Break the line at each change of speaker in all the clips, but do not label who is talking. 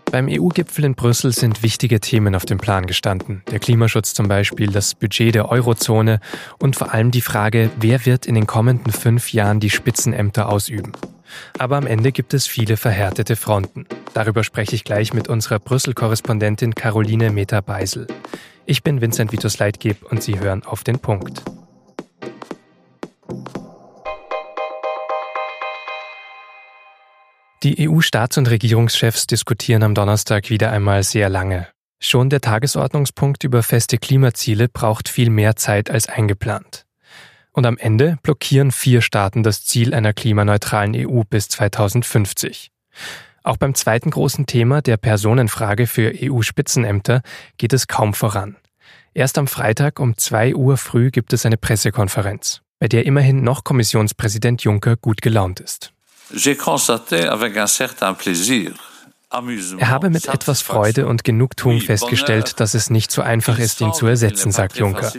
Beim EU-Gipfel in Brüssel sind wichtige Themen auf dem Plan gestanden. Der Klimaschutz zum Beispiel, das Budget der Eurozone und vor allem die Frage, wer wird in den kommenden 5 Jahren die Spitzenämter ausüben. Aber am Ende gibt es viele verhärtete Fronten. Darüber spreche ich gleich mit unserer Brüssel-Korrespondentin Caroline Meter-Beisel. Ich bin Vincent Vitus Leitgeb und Sie hören auf den Punkt. Die EU-Staats- und Regierungschefs diskutieren am Donnerstag wieder einmal sehr lange. Schon der Tagesordnungspunkt über feste Klimaziele braucht viel mehr Zeit als eingeplant. Und am Ende blockieren 4 Staaten das Ziel einer klimaneutralen EU bis 2050. Auch beim zweiten großen Thema, der Personenfrage für EU-Spitzenämter, geht es kaum voran. Erst am Freitag um 2 Uhr früh gibt es eine Pressekonferenz, bei der immerhin noch Kommissionspräsident Juncker gut gelaunt ist. Er habe mit etwas Freude und Genugtuung festgestellt, dass es nicht so einfach ist, ihn zu ersetzen, sagt Juncker.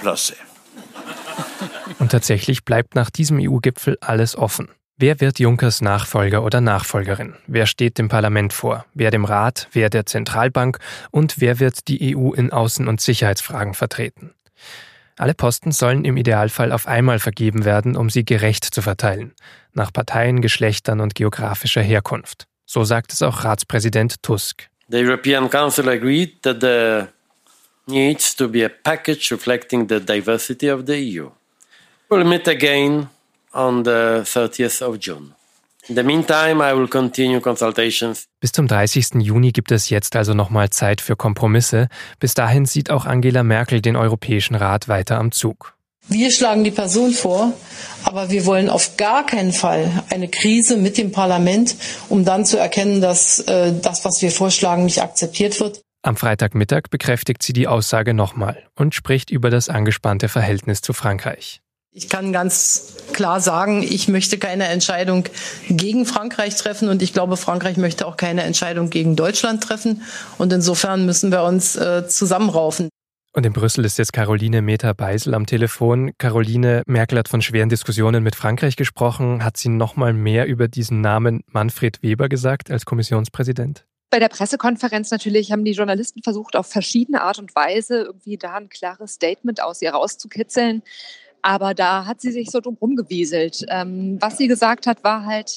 Und tatsächlich bleibt nach diesem EU-Gipfel alles offen. Wer wird Junckers Nachfolger oder Nachfolgerin? Wer steht dem Parlament vor? Wer dem Rat? Wer der Zentralbank? Und wer wird die EU in Außen- und Sicherheitsfragen vertreten? Alle Posten sollen im Idealfall auf einmal vergeben werden, um sie gerecht zu verteilen. Nach Parteien, Geschlechtern und geografischer Herkunft. So sagt es auch Ratspräsident Tusk.
The European Council agreed that there needs to be a package reflecting the diversity of the EU. We'll meet again on the 30th of June. In the meantime, I will continue consultations.
Bis zum 30. Juni gibt es jetzt also nochmal Zeit für Kompromisse. Bis dahin sieht auch Angela Merkel den Europäischen Rat weiter am Zug.
Wir schlagen die Person vor, aber wir wollen auf gar keinen Fall eine Krise mit dem Parlament, um dann zu erkennen, dass das, was wir vorschlagen, nicht akzeptiert wird.
Am Freitagmittag bekräftigt sie die Aussage nochmal und spricht über das angespannte Verhältnis zu Frankreich.
Ich kann ganz klar sagen, ich möchte keine Entscheidung gegen Frankreich treffen und ich glaube, Frankreich möchte auch keine Entscheidung gegen Deutschland treffen. Und insofern müssen wir uns zusammenraufen.
Und in Brüssel ist jetzt Caroline Meter-Beisel am Telefon. Caroline, Merkel hat von schweren Diskussionen mit Frankreich gesprochen. Hat sie noch mal mehr über diesen Namen Manfred Weber gesagt als Kommissionspräsident?
Bei der Pressekonferenz natürlich haben die Journalisten versucht, auf verschiedene Art und Weise irgendwie da ein klares Statement aus ihr rauszukitzeln. Aber da hat sie sich so drum rumgewieselt. Was sie gesagt hat, war halt,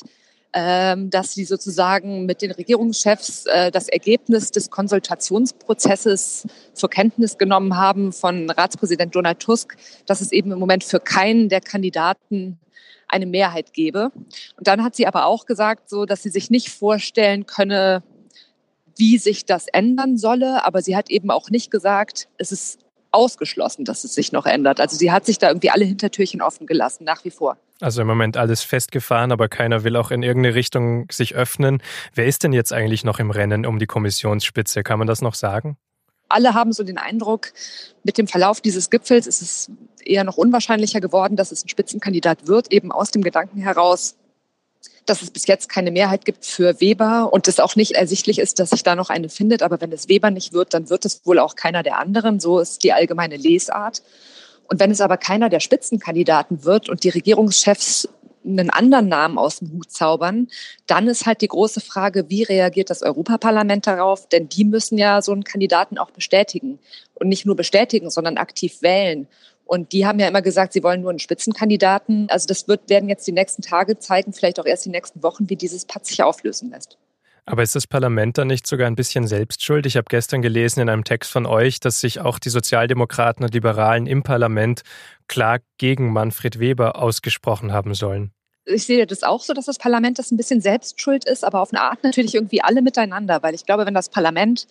dass sie sozusagen mit den Regierungschefs das Ergebnis des Konsultationsprozesses zur Kenntnis genommen haben von Ratspräsident Donald Tusk, dass es eben im Moment für keinen der Kandidaten eine Mehrheit gebe. Und dann hat sie aber auch gesagt, so, dass sie sich nicht vorstellen könne, wie sich das ändern solle. Aber sie hat eben auch nicht gesagt, es ist ausgeschlossen, dass es sich noch ändert. Also sie hat sich da irgendwie alle Hintertürchen offen gelassen, nach wie vor.
Also im Moment alles festgefahren, aber keiner will auch in irgendeine Richtung sich öffnen. Wer ist denn jetzt eigentlich noch im Rennen um die Kommissionsspitze? Kann man das noch sagen?
Alle haben so den Eindruck, mit dem Verlauf dieses Gipfels ist es eher noch unwahrscheinlicher geworden, dass es ein Spitzenkandidat wird, eben aus dem Gedanken heraus, dass es bis jetzt keine Mehrheit gibt für Weber und es auch nicht ersichtlich ist, dass sich da noch eine findet. Aber wenn es Weber nicht wird, dann wird es wohl auch keiner der anderen. So ist die allgemeine Lesart. Und wenn es aber keiner der Spitzenkandidaten wird und die Regierungschefs einen anderen Namen aus dem Hut zaubern, dann ist halt die große Frage, wie reagiert das Europaparlament darauf? Denn die müssen ja so einen Kandidaten auch bestätigen. Und nicht nur bestätigen, sondern aktiv wählen. Und die haben ja immer gesagt, sie wollen nur einen Spitzenkandidaten. Also das werden jetzt die nächsten Tage zeigen, vielleicht auch erst die nächsten Wochen, wie dieses Patt sich auflösen lässt.
Aber ist das Parlament dann nicht sogar ein bisschen selbstschuld? Ich habe gestern gelesen in einem Text von euch, dass sich auch die Sozialdemokraten und Liberalen im Parlament klar gegen Manfred Weber ausgesprochen haben sollen.
Ich sehe das auch so, dass das Parlament das ein bisschen selbstschuld ist, aber auf eine Art natürlich irgendwie alle miteinander. Weil ich glaube, wenn das Parlament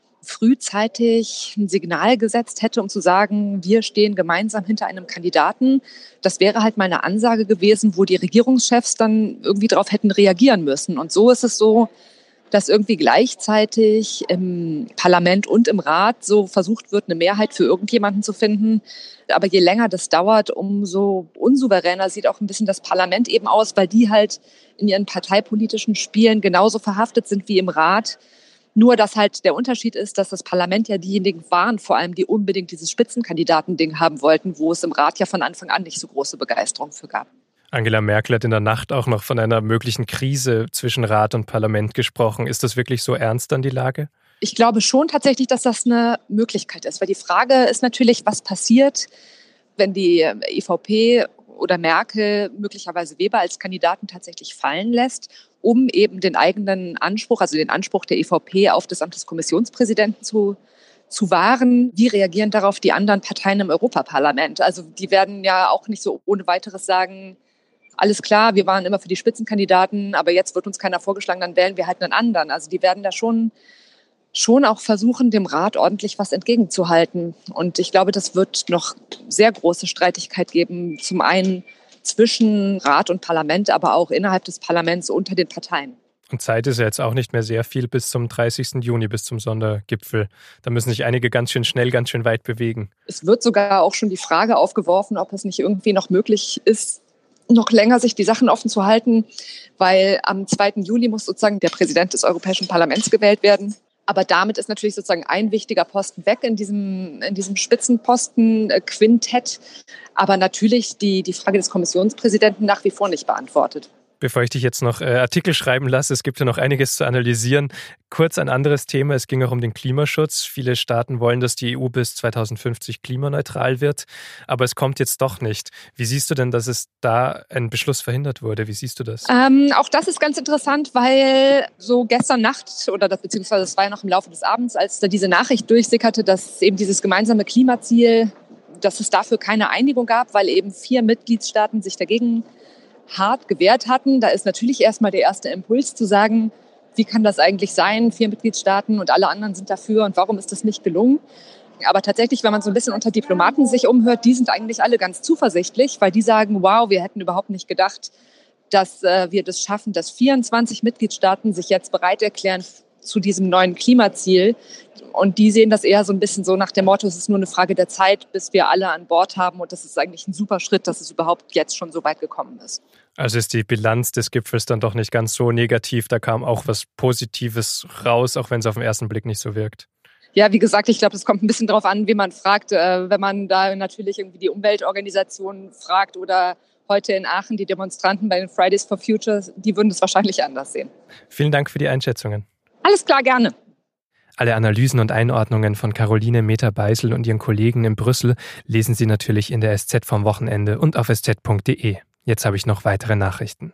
frühzeitig ein Signal gesetzt hätte, um zu sagen, wir stehen gemeinsam hinter einem Kandidaten. Das wäre halt mal eine Ansage gewesen, wo die Regierungschefs dann irgendwie darauf hätten reagieren müssen. Und so ist es so, dass irgendwie gleichzeitig im Parlament und im Rat so versucht wird, eine Mehrheit für irgendjemanden zu finden. Aber je länger das dauert, umso unsouveräner sieht auch ein bisschen das Parlament eben aus, weil die halt in ihren parteipolitischen Spielen genauso verhaftet sind wie im Rat. Nur, dass halt der Unterschied ist, dass das Parlament ja diejenigen waren, vor allem die unbedingt dieses Spitzenkandidaten-Ding haben wollten, wo es im Rat ja von Anfang an nicht so große Begeisterung für gab.
Angela Merkel hat in der Nacht auch noch von einer möglichen Krise zwischen Rat und Parlament gesprochen. Ist das wirklich so ernst dann die Lage?
Ich glaube schon tatsächlich, dass das eine Möglichkeit ist, weil die Frage ist natürlich, was passiert, wenn die EVP oder Merkel möglicherweise Weber als Kandidaten tatsächlich fallen lässt, um eben den eigenen Anspruch, also den Anspruch der EVP auf das Amt des Kommissionspräsidenten zu wahren. Wie reagieren darauf die anderen Parteien im Europaparlament? Also die werden ja auch nicht so ohne weiteres sagen, alles klar, wir waren immer für die Spitzenkandidaten, aber jetzt wird uns keiner vorgeschlagen, dann wählen wir halt einen anderen. Also die werden da schon auch versuchen, dem Rat ordentlich was entgegenzuhalten. Und ich glaube, das wird noch sehr große Streitigkeit geben. Zum einen zwischen Rat und Parlament, aber auch innerhalb des Parlaments unter den Parteien.
Und Zeit ist ja jetzt auch nicht mehr sehr viel bis zum 30. Juni, bis zum Sondergipfel. Da müssen sich einige ganz schön schnell, ganz schön weit bewegen.
Es wird sogar auch schon die Frage aufgeworfen, ob es nicht irgendwie noch möglich ist, noch länger sich die Sachen offen zu halten, weil am 2. Juli muss sozusagen der Präsident des Europäischen Parlaments gewählt werden. Aber damit ist natürlich sozusagen ein wichtiger Posten weg in diesem Spitzenposten-Quintett. Aber natürlich die Frage des Kommissionspräsidenten nach wie vor nicht beantwortet.
Bevor ich dich jetzt noch Artikel schreiben lasse, es gibt ja noch einiges zu analysieren. Kurz ein anderes Thema, es ging auch um den Klimaschutz. Viele Staaten wollen, dass die EU bis 2050 klimaneutral wird, aber es kommt jetzt doch nicht. Wie siehst du denn, dass es da ein Beschluss verhindert wurde? Wie siehst du das?
Auch das ist ganz interessant, weil so gestern Nacht beziehungsweise es war ja noch im Laufe des Abends, als da diese Nachricht durchsickerte, dass eben dieses gemeinsame Klimaziel, dass es dafür keine Einigung gab, weil eben 4 Mitgliedstaaten sich dagegen hart gewehrt hatten. Da ist natürlich erstmal der erste Impuls zu sagen, wie kann das eigentlich sein? 4 Mitgliedstaaten und alle anderen sind dafür und warum ist das nicht gelungen? Aber tatsächlich, wenn man so ein bisschen unter Diplomaten sich umhört, die sind eigentlich alle ganz zuversichtlich, weil die sagen, wow, wir hätten überhaupt nicht gedacht, dass wir das schaffen, dass 24 Mitgliedstaaten sich jetzt bereit erklären zu diesem neuen Klimaziel. Und die sehen das eher so ein bisschen so nach dem Motto, es ist nur eine Frage der Zeit, bis wir alle an Bord haben. Und das ist eigentlich ein super Schritt, dass es überhaupt jetzt schon so weit gekommen ist.
Also ist die Bilanz des Gipfels dann doch nicht ganz so negativ. Da kam auch was Positives raus, auch wenn es auf den ersten Blick nicht so wirkt.
Ja, wie gesagt, ich glaube, es kommt ein bisschen drauf an, wie man fragt. Wenn man da natürlich irgendwie die Umweltorganisationen fragt oder heute in Aachen die Demonstranten bei den Fridays for Future, die würden das wahrscheinlich anders sehen.
Vielen Dank für die Einschätzungen.
Alles klar, gerne.
Alle Analysen und Einordnungen von Caroline Meter-Beisel und ihren Kollegen in Brüssel lesen Sie natürlich in der SZ vom Wochenende und auf sz.de. Jetzt habe ich noch weitere Nachrichten.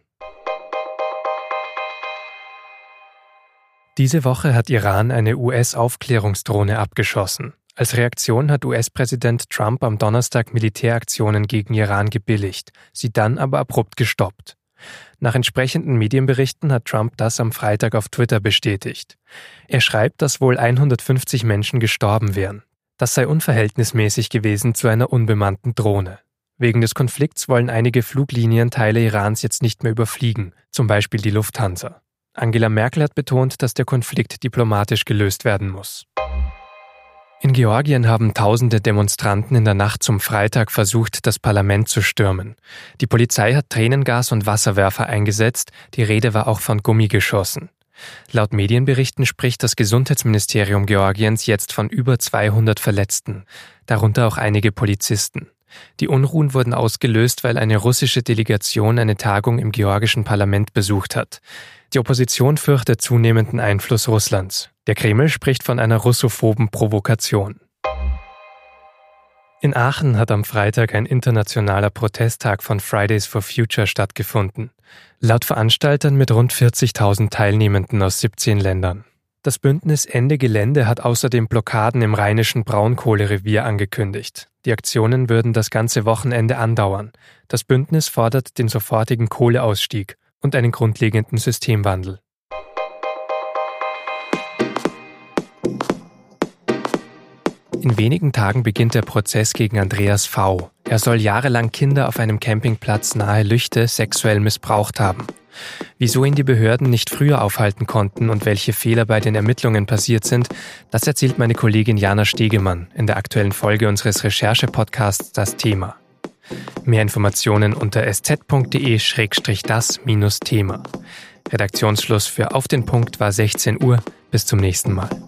Diese Woche hat Iran eine US-Aufklärungsdrohne abgeschossen. Als Reaktion hat US-Präsident Trump am Donnerstag Militäraktionen gegen Iran gebilligt, sie dann aber abrupt gestoppt. Nach entsprechenden Medienberichten hat Trump das am Freitag auf Twitter bestätigt. Er schreibt, dass wohl 150 Menschen gestorben wären. Das sei unverhältnismäßig gewesen zu einer unbemannten Drohne. Wegen des Konflikts wollen einige Fluglinien Teile Irans jetzt nicht mehr überfliegen, zum Beispiel die Lufthansa. Angela Merkel hat betont, dass der Konflikt diplomatisch gelöst werden muss. In Georgien haben tausende Demonstranten in der Nacht zum Freitag versucht, das Parlament zu stürmen. Die Polizei hat Tränengas und Wasserwerfer eingesetzt, die Rede war auch von Gummigeschossen. Laut Medienberichten spricht das Gesundheitsministerium Georgiens jetzt von über 200 Verletzten, darunter auch einige Polizisten. Die Unruhen wurden ausgelöst, weil eine russische Delegation eine Tagung im georgischen Parlament besucht hat. Die Opposition fürchtet zunehmenden Einfluss Russlands. Der Kreml spricht von einer russophoben Provokation. In Aachen hat am Freitag ein internationaler Protesttag von Fridays for Future stattgefunden. Laut Veranstaltern mit rund 40.000 Teilnehmenden aus 17 Ländern. Das Bündnis Ende Gelände hat außerdem Blockaden im rheinischen Braunkohlerevier angekündigt. Die Aktionen würden das ganze Wochenende andauern. Das Bündnis fordert den sofortigen Kohleausstieg und einen grundlegenden Systemwandel. In wenigen Tagen beginnt der Prozess gegen Andreas V. Er soll jahrelang Kinder auf einem Campingplatz nahe Lüchte sexuell missbraucht haben. Wieso ihn die Behörden nicht früher aufhalten konnten und welche Fehler bei den Ermittlungen passiert sind, das erzählt meine Kollegin Jana Stegemann in der aktuellen Folge unseres Recherche-Podcasts Das Thema. Mehr Informationen unter sz.de/das-Thema. Redaktionsschluss für Auf den Punkt war 16 Uhr. Bis zum nächsten Mal.